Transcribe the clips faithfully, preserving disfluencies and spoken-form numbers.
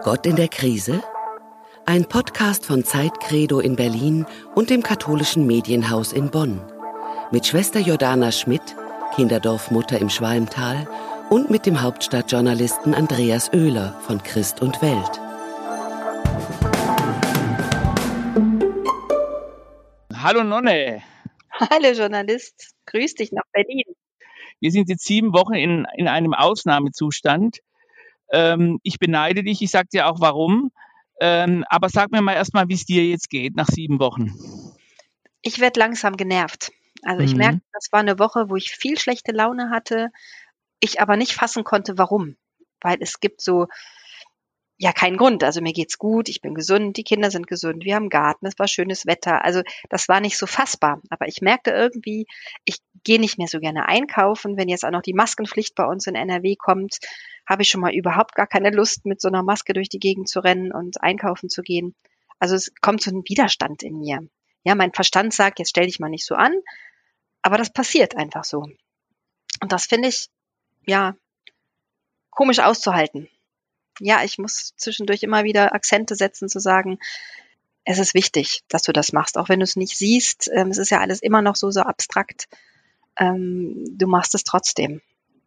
Gott in der Krise? Ein Podcast von Zeitcredo in Berlin und dem katholischen Medienhaus in Bonn. Mit Schwester Jordana Schmidt, Kinderdorfmutter im Schwalmtal, und mit dem Hauptstadtjournalisten Andreas Oehler von Christ und Welt. Hallo Nonne. Hallo Journalist, grüß dich nach Berlin. Wir sind jetzt sieben Wochen in, in einem Ausnahmezustand. Ähm, ich beneide dich, ich sag dir auch warum. Ähm, aber sag mir mal erstmal, wie es dir jetzt geht nach sieben Wochen. Ich werde langsam genervt. Also ich Mhm. merke, das war eine Woche, wo ich viel schlechte Laune hatte, ich aber nicht fassen konnte, warum. Weil es gibt so, ja, keinen Grund. Also mir geht's gut, ich bin gesund, die Kinder sind gesund, wir haben einen Garten, es war schönes Wetter. Also das war nicht so fassbar. Aber ich merkte irgendwie, ich gehe nicht mehr so gerne einkaufen. Wenn jetzt auch noch die Maskenpflicht bei uns in N R W kommt, habe ich schon mal überhaupt gar keine Lust, mit so einer Maske durch die Gegend zu rennen und einkaufen zu gehen. Also es kommt so ein Widerstand in mir. Ja, mein Verstand sagt, jetzt stell dich mal nicht so an, aber das passiert einfach so. Und das finde ich, ja, komisch auszuhalten. Ja, ich muss zwischendurch immer wieder Akzente setzen, zu sagen, es ist wichtig, dass du das machst, auch wenn du es nicht siehst. Ähm, es ist ja alles immer noch so, so abstrakt. Ähm, du machst es trotzdem.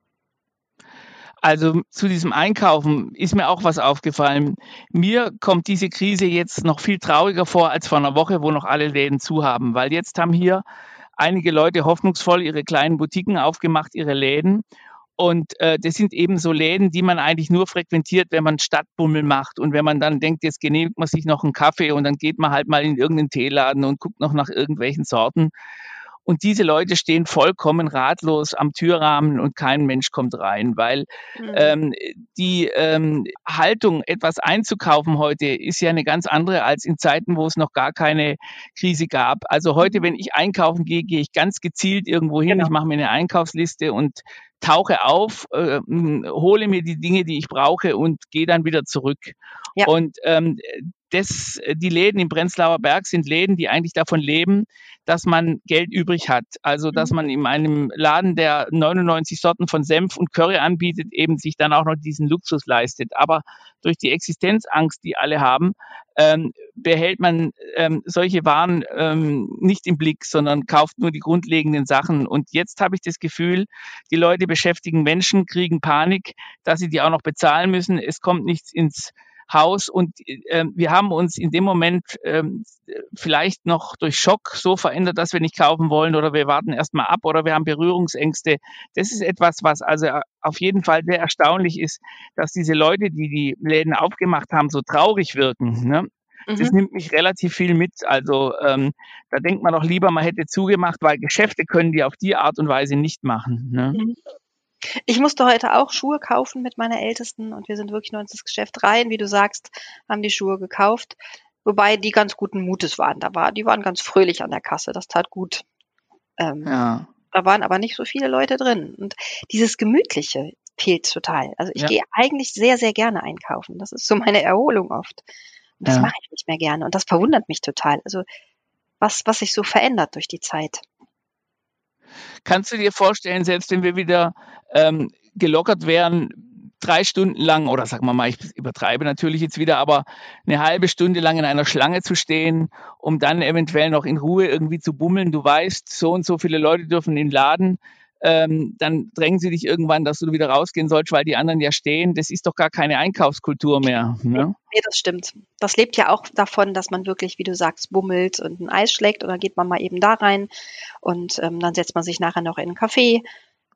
Also zu diesem Einkaufen ist mir auch was aufgefallen. Mir kommt diese Krise jetzt noch viel trauriger vor als vor einer Woche, wo noch alle Läden zu haben, weil jetzt haben hier einige Leute hoffnungsvoll ihre kleinen Boutiquen aufgemacht, ihre Läden. Und äh, das sind eben so Läden, die man eigentlich nur frequentiert, wenn man Stadtbummel macht und wenn man dann denkt, jetzt genehmigt man sich noch einen Kaffee und dann geht man halt mal in irgendeinen Teeladen und guckt noch nach irgendwelchen Sorten. Und diese Leute stehen vollkommen ratlos am Türrahmen und kein Mensch kommt rein, weil Mhm. ähm, die ähm, Haltung, etwas einzukaufen heute, ist ja eine ganz andere als in Zeiten, wo es noch gar keine Krise gab. Also heute, Mhm. wenn ich einkaufen gehe, gehe ich ganz gezielt irgendwo hin. Genau. Ich mache mir eine Einkaufsliste und tauche auf, äh, hole mir die Dinge, die ich brauche und gehe dann wieder zurück. Ja. Und ähm, das, die Läden im Prenzlauer Berg sind Läden, die eigentlich davon leben, dass man Geld übrig hat. Also, dass Mhm. man in einem Laden, der neunundneunzig Sorten von Senf und Curry anbietet, eben sich dann auch noch diesen Luxus leistet. Aber durch die Existenzangst, die alle haben, ähm, behält man ähm, solche Waren ähm, nicht im Blick, sondern kauft nur die grundlegenden Sachen. Und jetzt habe ich das Gefühl, die Leute beschäftigen Menschen, kriegen Panik, dass sie die auch noch bezahlen müssen. Es kommt nichts ins Haus und äh, wir haben uns in dem Moment äh, vielleicht noch durch Schock so verändert, dass wir nicht kaufen wollen oder wir warten erstmal ab oder wir haben Berührungsängste. Das ist etwas, was also auf jeden Fall sehr erstaunlich ist, dass diese Leute, die die Läden aufgemacht haben, so traurig wirken. Ne? Das Mhm. nimmt mich relativ viel mit. Also ähm, da denkt man doch lieber, man hätte zugemacht, weil Geschäfte können die auf die Art und Weise nicht machen. Ne? Mhm. Ich musste heute auch Schuhe kaufen mit meiner Ältesten und wir sind wirklich nur ins Geschäft rein, wie du sagst, haben die Schuhe gekauft, wobei die ganz guten Mutes waren. Da war, die waren ganz fröhlich an der Kasse, das tat gut. Ähm, Ja. Da waren aber nicht so viele Leute drin. Und dieses Gemütliche fehlt total. Also ich Ja. gehe eigentlich sehr, sehr gerne einkaufen. Das ist so meine Erholung oft. Und das Ja. mache ich nicht mehr gerne. Und das verwundert mich total. Also was, was sich so verändert durch die Zeit. Kannst du dir vorstellen, selbst wenn wir wieder ähm, gelockert wären, drei Stunden lang, oder sagen wir mal, ich übertreibe natürlich jetzt wieder, aber eine halbe Stunde lang in einer Schlange zu stehen, um dann eventuell noch in Ruhe irgendwie zu bummeln. Du weißt, so und so viele Leute dürfen in den Laden, ähm, dann drängen sie dich irgendwann, dass du wieder rausgehen sollst, weil die anderen ja stehen. Das ist doch gar keine Einkaufskultur mehr. Ne? Nee, das stimmt. Das lebt ja auch davon, dass man wirklich, wie du sagst, bummelt und ein Eis schlägt und dann geht man mal eben da rein und ähm, dann setzt man sich nachher noch in einen Café.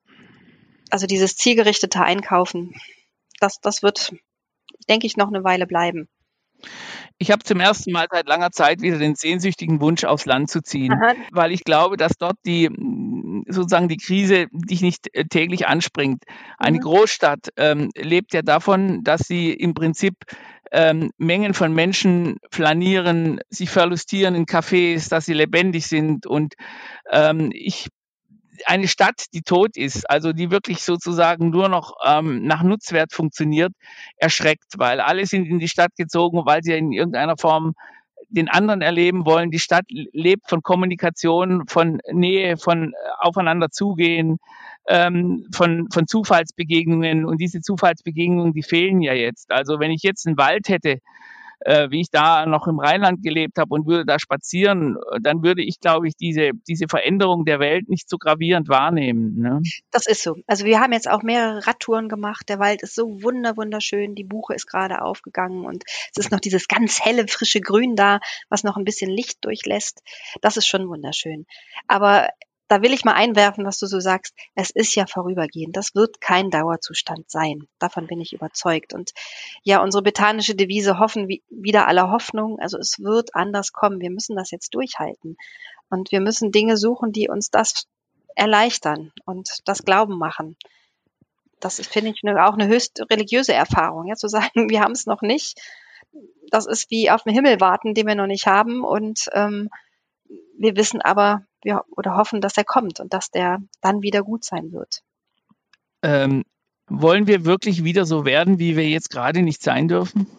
Also dieses zielgerichtete Einkaufen, das, das wird, denke ich, noch eine Weile bleiben. Ich habe zum ersten Mal seit langer Zeit wieder den sehnsüchtigen Wunsch, aufs Land zu ziehen, Aha. weil ich glaube, dass dort die sozusagen die Krise dich nicht äh, täglich anspringt. Eine Mhm. Großstadt ähm, lebt ja davon, dass sie im Prinzip ähm, Mengen von Menschen flanieren, sich verlustieren in Cafés, dass sie lebendig sind. Und ähm, ich eine Stadt, die tot ist, also die wirklich sozusagen nur noch ähm, nach Nutzwert funktioniert, erschreckt, weil alle sind in die Stadt gezogen, weil sie in irgendeiner Form den anderen erleben wollen. Die Stadt lebt von Kommunikation, von Nähe, von äh, aufeinander zugehen. ähm, von, von Zufallsbegegnungen. Und diese Zufallsbegegnungen, die fehlen ja jetzt. Also wenn ich jetzt einen Wald hätte, äh, wie ich da noch im Rheinland gelebt habe und würde da spazieren, dann würde ich, glaube ich, diese, diese Veränderung der Welt nicht so gravierend wahrnehmen. Ne? Das ist so. Also wir haben jetzt auch mehrere Radtouren gemacht. Der Wald ist so wunder, wunderschön. Die Buche ist gerade aufgegangen und es ist noch dieses ganz helle, frische Grün da, was noch ein bisschen Licht durchlässt. Das ist schon wunderschön. Aber da will ich mal einwerfen, was du so sagst. Es ist ja vorübergehend. Das wird kein Dauerzustand sein. Davon bin ich überzeugt. Und ja, unsere botanische Devise hoffen wie, wieder aller Hoffnung. Also es wird anders kommen. Wir müssen das jetzt durchhalten. Und wir müssen Dinge suchen, die uns das erleichtern und das Glauben machen. Das ist, finde ich, eine, auch eine höchst religiöse Erfahrung, ja, zu sagen, wir haben es noch nicht. Das ist wie auf den Himmel warten, den wir noch nicht haben. Und ähm, wir wissen aber, wir oder hoffen, dass er kommt und dass der dann wieder gut sein wird. Ähm, wollen wir wirklich wieder so werden, wie wir jetzt gerade nicht sein dürfen?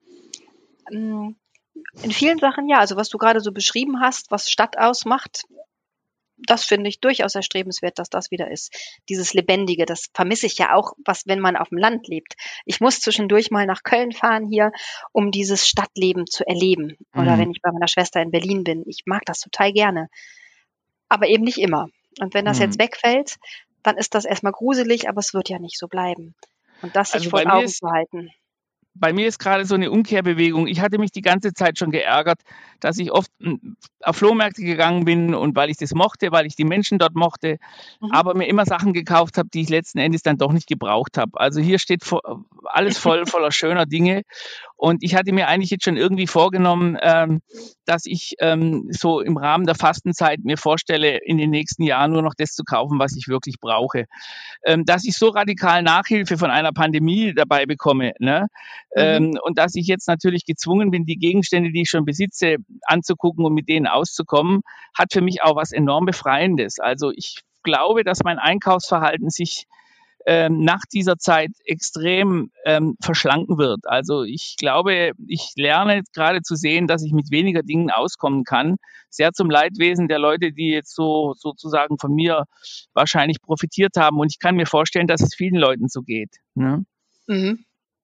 In vielen Sachen ja. Also was du gerade so beschrieben hast, was Stadt ausmacht, das finde ich durchaus erstrebenswert, dass das wieder ist. Dieses Lebendige, das vermisse ich ja auch, was, wenn man auf dem Land lebt. Ich muss zwischendurch mal nach Köln fahren hier, um dieses Stadtleben zu erleben. Oder Mhm. wenn ich bei meiner Schwester in Berlin bin. Ich mag das total gerne. Aber eben nicht immer. Und wenn das Mhm. jetzt wegfällt, dann ist das erstmal gruselig, aber es wird ja nicht so bleiben. Und das sich Also vor bei mir Augen ist- zu halten. Bei mir ist gerade so eine Umkehrbewegung. Ich hatte mich die ganze Zeit schon geärgert, dass ich oft mm, auf Flohmärkte gegangen bin und weil ich das mochte, weil ich die Menschen dort mochte, Mhm. aber mir immer Sachen gekauft habe, die ich letzten Endes dann doch nicht gebraucht habe. Also hier steht vo- alles voll voller schöner Dinge. Und ich hatte mir eigentlich jetzt schon irgendwie vorgenommen, ähm, dass ich ähm, so im Rahmen der Fastenzeit mir vorstelle, in den nächsten Jahren nur noch das zu kaufen, was ich wirklich brauche. Ähm, dass ich so radikal Nachhilfe von einer Pandemie dabei bekomme, ne? Mhm. Ähm, und dass ich jetzt natürlich gezwungen bin, die Gegenstände, die ich schon besitze, anzugucken und mit denen auszukommen, hat für mich auch was enorm Befreiendes. Also ich glaube, dass mein Einkaufsverhalten sich ähm, nach dieser Zeit extrem ähm, verschlanken wird. Also ich glaube, ich lerne gerade zu sehen, dass ich mit weniger Dingen auskommen kann. Sehr zum Leidwesen der Leute, die jetzt so sozusagen von mir wahrscheinlich profitiert haben. Und ich kann mir vorstellen, dass es vielen Leuten so geht. Ne? Mhm.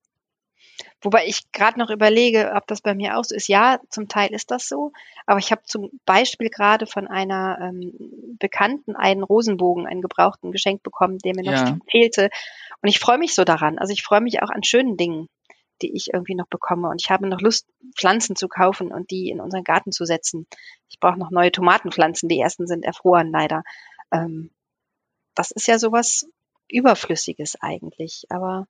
Wobei ich gerade noch überlege, ob das bei mir auch so ist. Ja, zum Teil ist das so, aber ich habe zum Beispiel gerade von einer ähm, Bekannten einen Rosenbogen, einen gebrauchten geschenkt bekommen, der mir noch Ja. fehlte. Und ich freue mich so daran. Also ich freue mich auch an schönen Dingen, die ich irgendwie noch bekomme. Und ich habe noch Lust, Pflanzen zu kaufen und die in unseren Garten zu setzen. Ich brauche noch neue Tomatenpflanzen. Die ersten sind erfroren leider. Ähm, das ist ja sowas Überflüssiges eigentlich, aber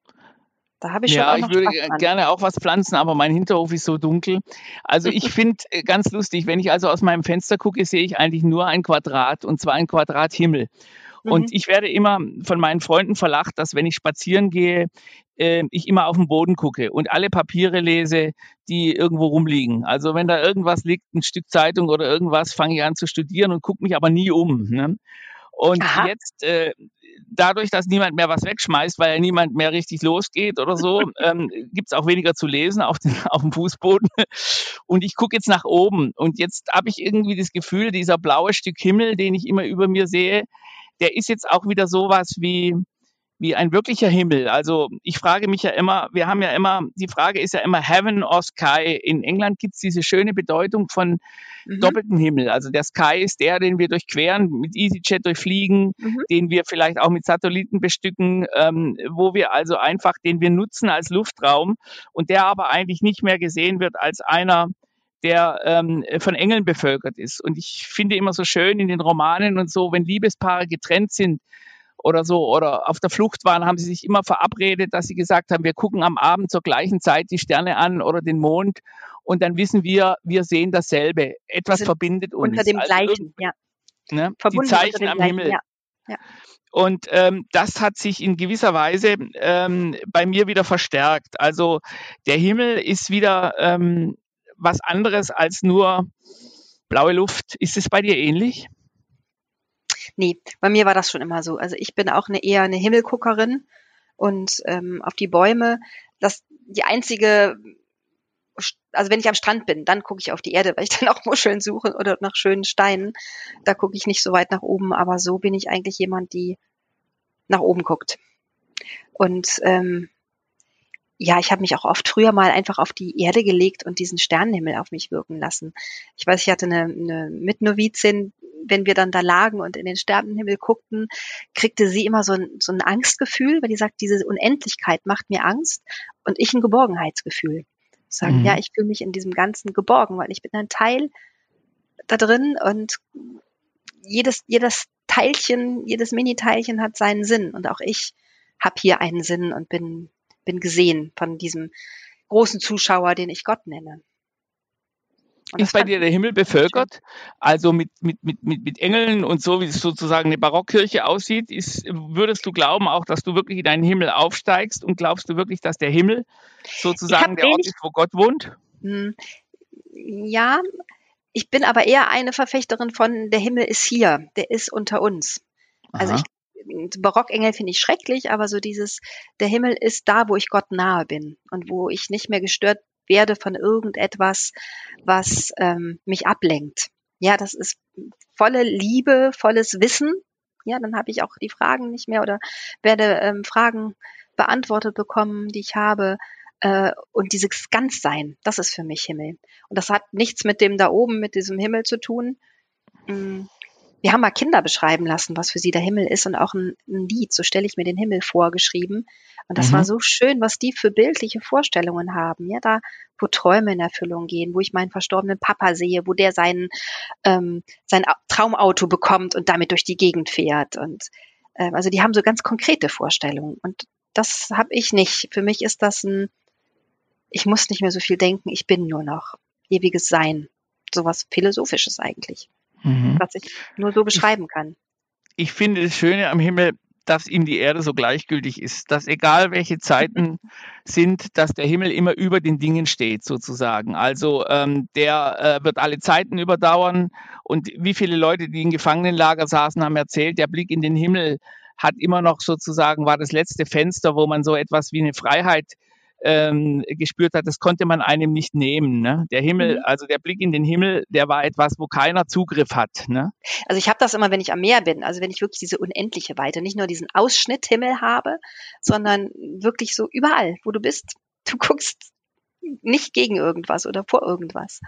da habe ich schon Ja, auch ich noch würde Spaß ge- dran. gerne auch was pflanzen, aber mein Hinterhof ist so dunkel. Also ich finde äh, ganz lustig, wenn ich also aus meinem Fenster gucke, sehe ich eigentlich nur ein Quadrat und zwar ein Quadrathimmel. Und Mhm. ich werde immer von meinen Freunden verlacht, dass wenn ich spazieren gehe, äh, ich immer auf den Boden gucke und alle Papiere lese, die irgendwo rumliegen. Also wenn da irgendwas liegt, ein Stück Zeitung oder irgendwas, fange ich an zu studieren und gucke mich aber nie um. Ne? Und Aha. jetzt, äh, dadurch, dass niemand mehr was wegschmeißt, weil ja niemand mehr richtig losgeht oder so, ähm, gibt es auch weniger zu lesen auf, den, auf dem Fußboden. Und ich gucke jetzt nach oben. Und jetzt habe ich irgendwie das Gefühl, dieser blaue Stück Himmel, den ich immer über mir sehe, der ist jetzt auch wieder sowas wie, wie ein wirklicher Himmel. Also ich frage mich ja immer, wir haben ja immer, die Frage ist ja immer Heaven or Sky. In England gibt es diese schöne Bedeutung von Mhm. doppelten Himmel. Also der Sky ist der, den wir durchqueren, mit EasyJet durchfliegen, Mhm. den wir vielleicht auch mit Satelliten bestücken, ähm, wo wir also einfach, den wir nutzen als Luftraum und der aber eigentlich nicht mehr gesehen wird als einer, der ähm, von Engeln bevölkert ist. Und ich finde immer so schön in den Romanen und so, wenn Liebespaare getrennt sind oder so oder auf der Flucht waren, haben sie sich immer verabredet, dass sie gesagt haben, wir gucken am Abend zur gleichen Zeit die Sterne an oder den Mond und dann wissen wir, wir sehen dasselbe. Etwas sind verbindet unter uns. dem Also Gleichen, ja. ne, die Verbunden unter Zeichen dem am Gleichen, Himmel. ja. Ja. Und ähm, das hat sich in gewisser Weise ähm, bei mir wieder verstärkt. Also der Himmel ist wieder ähm, was anderes als nur blaue Luft. Ist es bei dir ähnlich? Nee, bei mir war das schon immer so. Also ich bin auch eine eher eine Himmelguckerin und ähm, auf die Bäume. Das die einzige, also wenn ich am Strand bin, dann gucke ich auf die Erde, weil ich dann auch Muscheln suche oder nach schönen Steinen. Da gucke ich nicht so weit nach oben, aber so bin ich eigentlich jemand, die nach oben guckt. Und ähm, ja, ich habe mich auch oft früher mal einfach auf die Erde gelegt und diesen Sternenhimmel auf mich wirken lassen. Ich weiß, ich hatte eine, eine Mitnovizin, wenn wir dann da lagen und in den Sternenhimmel guckten, kriegte sie immer so ein, so ein Angstgefühl, weil die sagt, diese Unendlichkeit macht mir Angst und ich ein Geborgenheitsgefühl. Sagen, mhm. ja, ich fühle mich in diesem Ganzen geborgen, weil ich bin ein Teil da drin und jedes, jedes Teilchen, jedes Mini-Teilchen hat seinen Sinn und auch ich habe hier einen Sinn und bin bin gesehen von diesem großen Zuschauer, den ich Gott nenne. Und ist bei dir der Himmel bevölkert? Also mit, mit, mit, mit, mit Engeln und so, wie es sozusagen eine Barockkirche aussieht, ist, würdest du glauben auch, dass du wirklich in deinen Himmel aufsteigst und glaubst du wirklich, dass der Himmel sozusagen der Ort ist, wo Gott wohnt? Ja, ich bin aber eher eine Verfechterin von, der Himmel ist hier, der ist unter uns. Aha. Also ich Barockengel finde ich schrecklich, aber so dieses, der Himmel ist da, wo ich Gott nahe bin und wo ich nicht mehr gestört werde von irgendetwas, was ähm, mich ablenkt. Ja, das ist volle Liebe, volles Wissen. Ja, dann habe ich auch die Fragen nicht mehr oder werde ähm, Fragen beantwortet bekommen, die ich habe. Äh, und dieses Ganzsein, das ist für mich Himmel. Und das hat nichts mit dem da oben, mit diesem Himmel zu tun. Mhm. Wir haben mal Kinder beschreiben lassen, was für sie der Himmel ist und auch ein, ein Lied, so stelle ich mir den Himmel vor, geschrieben. Und das mhm. war so schön, was die für bildliche Vorstellungen haben. Ja, da, wo Träume in Erfüllung gehen, wo ich meinen verstorbenen Papa sehe, wo der sein, ähm, sein Traumauto bekommt und damit durch die Gegend fährt. Und äh, also die haben so ganz konkrete Vorstellungen. Und das habe ich nicht. Für mich ist das ein, ich muss nicht mehr so viel denken, ich bin nur noch ewiges Sein. Sowas Philosophisches eigentlich. Mhm. Was ich nur so beschreiben kann. Ich, ich finde das Schöne am Himmel, dass ihm die Erde so gleichgültig ist, dass egal welche Zeiten sind, dass der Himmel immer über den Dingen steht sozusagen. Also ähm, der äh, wird alle Zeiten überdauern und wie viele Leute, die in Gefangenenlager saßen, haben erzählt, der Blick in den Himmel hat immer noch sozusagen, war das letzte Fenster, wo man so etwas wie eine Freiheit Ähm, gespürt hat, das konnte man einem nicht nehmen. Ne? Der Himmel, mhm. also der Blick in den Himmel, der war etwas, wo keiner Zugriff hat. Ne? Also ich habe das immer, wenn ich am Meer bin, also wenn ich wirklich diese unendliche Weite, nicht nur diesen Ausschnitt Himmel habe, sondern wirklich so überall, wo du bist, du guckst nicht gegen irgendwas oder vor irgendwas.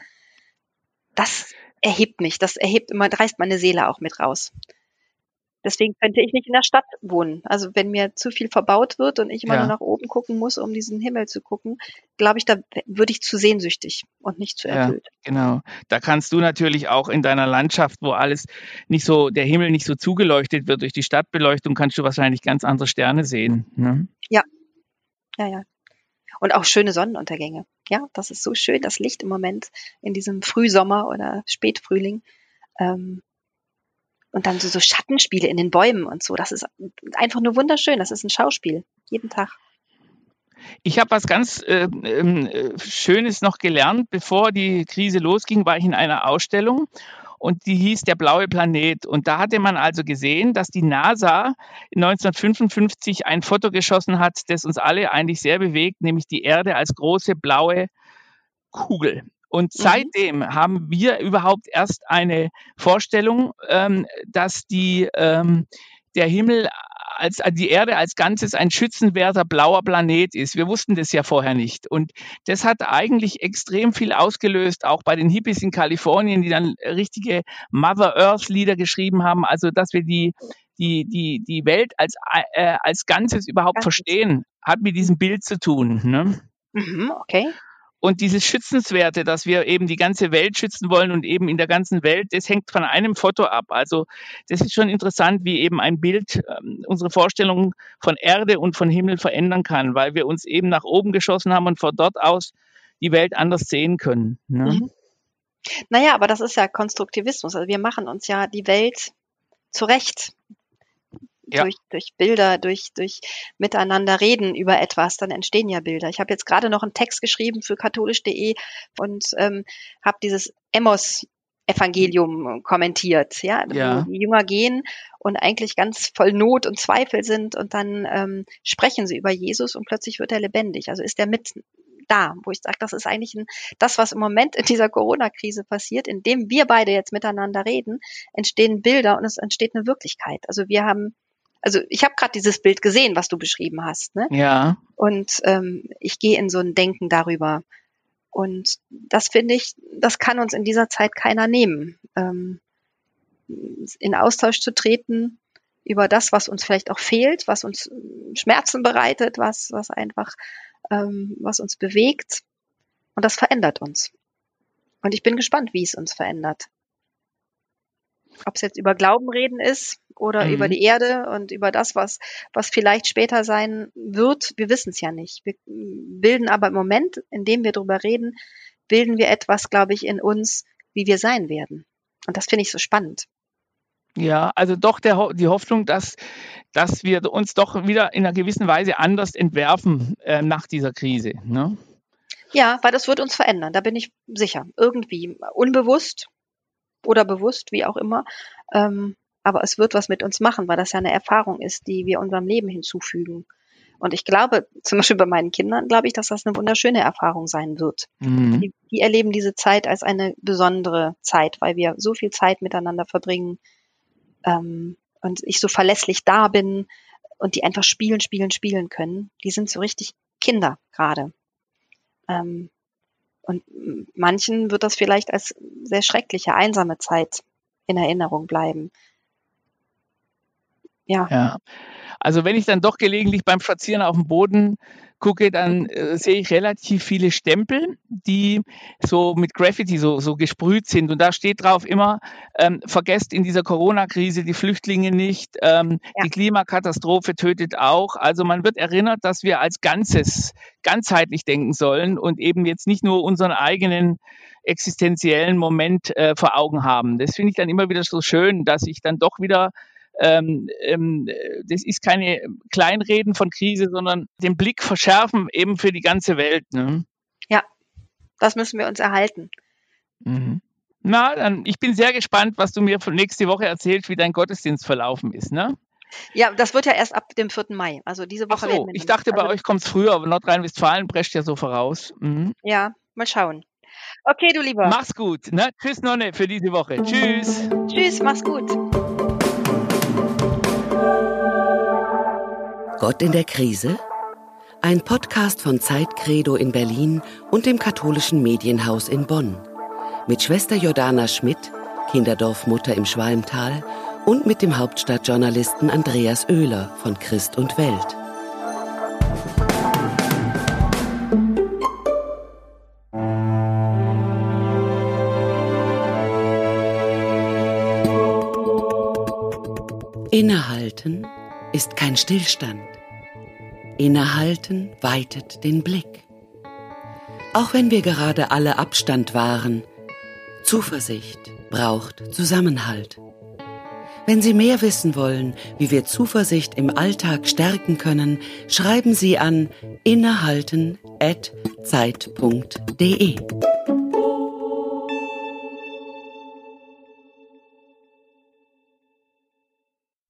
Das erhebt mich, das erhebt immer, reißt meine Seele auch mit raus. Deswegen könnte ich nicht in der Stadt wohnen. Also wenn mir zu viel verbaut wird und ich immer ja. nur nach oben gucken muss, um diesen Himmel zu gucken, glaube ich, da würde ich zu sehnsüchtig und nicht zu erfüllt. Ja, genau. Da kannst du natürlich auch in deiner Landschaft, wo alles nicht so, der Himmel nicht so zugeleuchtet wird durch die Stadtbeleuchtung, kannst du wahrscheinlich ganz andere Sterne sehen. Ne? Ja, ja, ja. Und auch schöne Sonnenuntergänge. Ja, das ist so schön, das Licht im Moment in diesem Frühsommer oder Spätfrühling. Ähm, Und dann so, so Schattenspiele in den Bäumen und so. Das ist einfach nur wunderschön. Das ist ein Schauspiel. Jeden Tag. Ich habe was ganz äh, äh, Schönes noch gelernt. Bevor die Krise losging, war ich in einer Ausstellung und die hieß Der blaue Planet. Und da hatte man also gesehen, dass die NASA neunzehnhundertfünfundfünfzig ein Foto geschossen hat, das uns alle eigentlich sehr bewegt, nämlich die Erde als große blaue Kugel. Und seitdem mhm. haben wir überhaupt erst eine Vorstellung, ähm, dass die, ähm, der Himmel als die Erde als Ganzes ein schützenwerter blauer Planet ist. Wir wussten das ja vorher nicht. Und das hat eigentlich extrem viel ausgelöst, auch bei den Hippies in Kalifornien, die dann richtige Mother Earth Lieder geschrieben haben. Also, dass wir die, die, die, die Welt als, äh, als Ganzes überhaupt Ganzes. verstehen, hat mit diesem Bild zu tun. Ne? Mhm, okay. Und dieses Schützenswerte, dass wir eben die ganze Welt schützen wollen und eben in der ganzen Welt, das hängt von einem Foto ab. Also das ist schon interessant, wie eben ein Bild ähm, unsere Vorstellung von Erde und von Himmel verändern kann, weil wir uns eben nach oben geschossen haben und von dort aus die Welt anders sehen können. Ne? Mhm. Naja, aber das ist ja Konstruktivismus. Also wir machen uns ja die Welt zurecht. Ja. Durch, durch Bilder, durch, durch miteinander reden über etwas, dann entstehen ja Bilder. Ich habe jetzt gerade noch einen Text geschrieben für katholisch punkt de und ähm, habe dieses Emmos-Evangelium kommentiert, ja, ja, wo die Jünger gehen und eigentlich ganz voll Not und Zweifel sind und dann ähm, sprechen sie über Jesus und plötzlich wird er lebendig. Also ist er mit da, wo ich sage, das ist eigentlich ein, das, was im Moment in dieser Corona-Krise passiert, indem wir beide jetzt miteinander reden, entstehen Bilder und es entsteht eine Wirklichkeit. Also wir haben Also ich habe gerade dieses Bild gesehen, was du beschrieben hast. Ne? Ja. Und ähm, ich gehe in so ein Denken darüber. Und das finde ich, das kann uns in dieser Zeit keiner nehmen. Ähm, in Austausch zu treten über das, was uns vielleicht auch fehlt, was uns Schmerzen bereitet, was, was einfach, ähm, was uns bewegt. Und das verändert uns. Und ich bin gespannt, wie es uns verändert. Ob es jetzt über Glauben reden ist oder Mhm. über die Erde und über das, was, was vielleicht später sein wird. Wir wissen es ja nicht. Wir bilden aber im Moment, indem wir darüber reden, bilden wir etwas, glaube ich, in uns, wie wir sein werden. Und das finde ich so spannend. Ja, also doch der, die Hoffnung, dass, dass wir uns doch wieder in einer gewissen Weise anders entwerfen äh, nach dieser Krise. Ne? Ja, weil das wird uns verändern, da bin ich sicher. Irgendwie unbewusst oder bewusst, wie auch immer. Ähm, aber es wird was mit uns machen, weil das ja eine Erfahrung ist, die wir unserem Leben hinzufügen. Und ich glaube, zum Beispiel bei meinen Kindern, glaube ich, dass das eine wunderschöne Erfahrung sein wird. Mhm. Die, die erleben diese Zeit als eine besondere Zeit, weil wir so viel Zeit miteinander verbringen ähm, und ich so verlässlich da bin und die einfach spielen, spielen, spielen können. Die sind so richtig Kinder gerade. Ähm, und manchen wird das vielleicht als sehr schreckliche, einsame Zeit in Erinnerung bleiben. Ja. Ja. Also wenn ich dann doch gelegentlich beim Spazieren auf dem Boden gucke, dann äh, sehe ich relativ viele Stempel, die so mit Graffiti so, so gesprüht sind. Und da steht drauf immer, ähm, vergesst in dieser Corona-Krise die Flüchtlinge nicht, ähm, Ja. die Klimakatastrophe tötet auch. Also man wird erinnert, dass wir als Ganzes ganzheitlich denken sollen und eben jetzt nicht nur unseren eigenen existenziellen Moment äh, vor Augen haben. Das finde ich dann immer wieder so schön, dass ich dann doch wieder Ähm, ähm, das ist keine Kleinreden von Krise, sondern den Blick verschärfen eben für die ganze Welt. Ne? Ja, das müssen wir uns erhalten. Mhm. Na, dann, ich bin sehr gespannt, was du mir von nächste Woche erzählst, wie dein Gottesdienst verlaufen ist. Ne? Ja, das wird ja erst ab dem vierten Mai. Also diese Woche Ach werden so, wir ich nicht. dachte, bei Also, euch kommt es früher, aber Nordrhein-Westfalen prescht ja so voraus. Mhm. ja, mal schauen. Okay, du Lieber. Mach's gut. Ne? Tschüss, Nonne, für diese Woche. Tschüss. Tschüss, mach's gut. Gott in der Krise? Ein Podcast von Zeit Credo in Berlin und dem katholischen Medienhaus in Bonn. Mit Schwester Jordana Schmidt, Kinderdorfmutter im Schwalmtal, und mit dem Hauptstadtjournalisten Andreas Oehler von Christ und Welt. Innehalten ist kein Stillstand. Innehalten weitet den Blick. Auch wenn wir gerade alle Abstand wahren, Zuversicht braucht Zusammenhalt. Wenn Sie mehr wissen wollen, wie wir Zuversicht im Alltag stärken können, schreiben Sie an innehalten at zeit punkt de.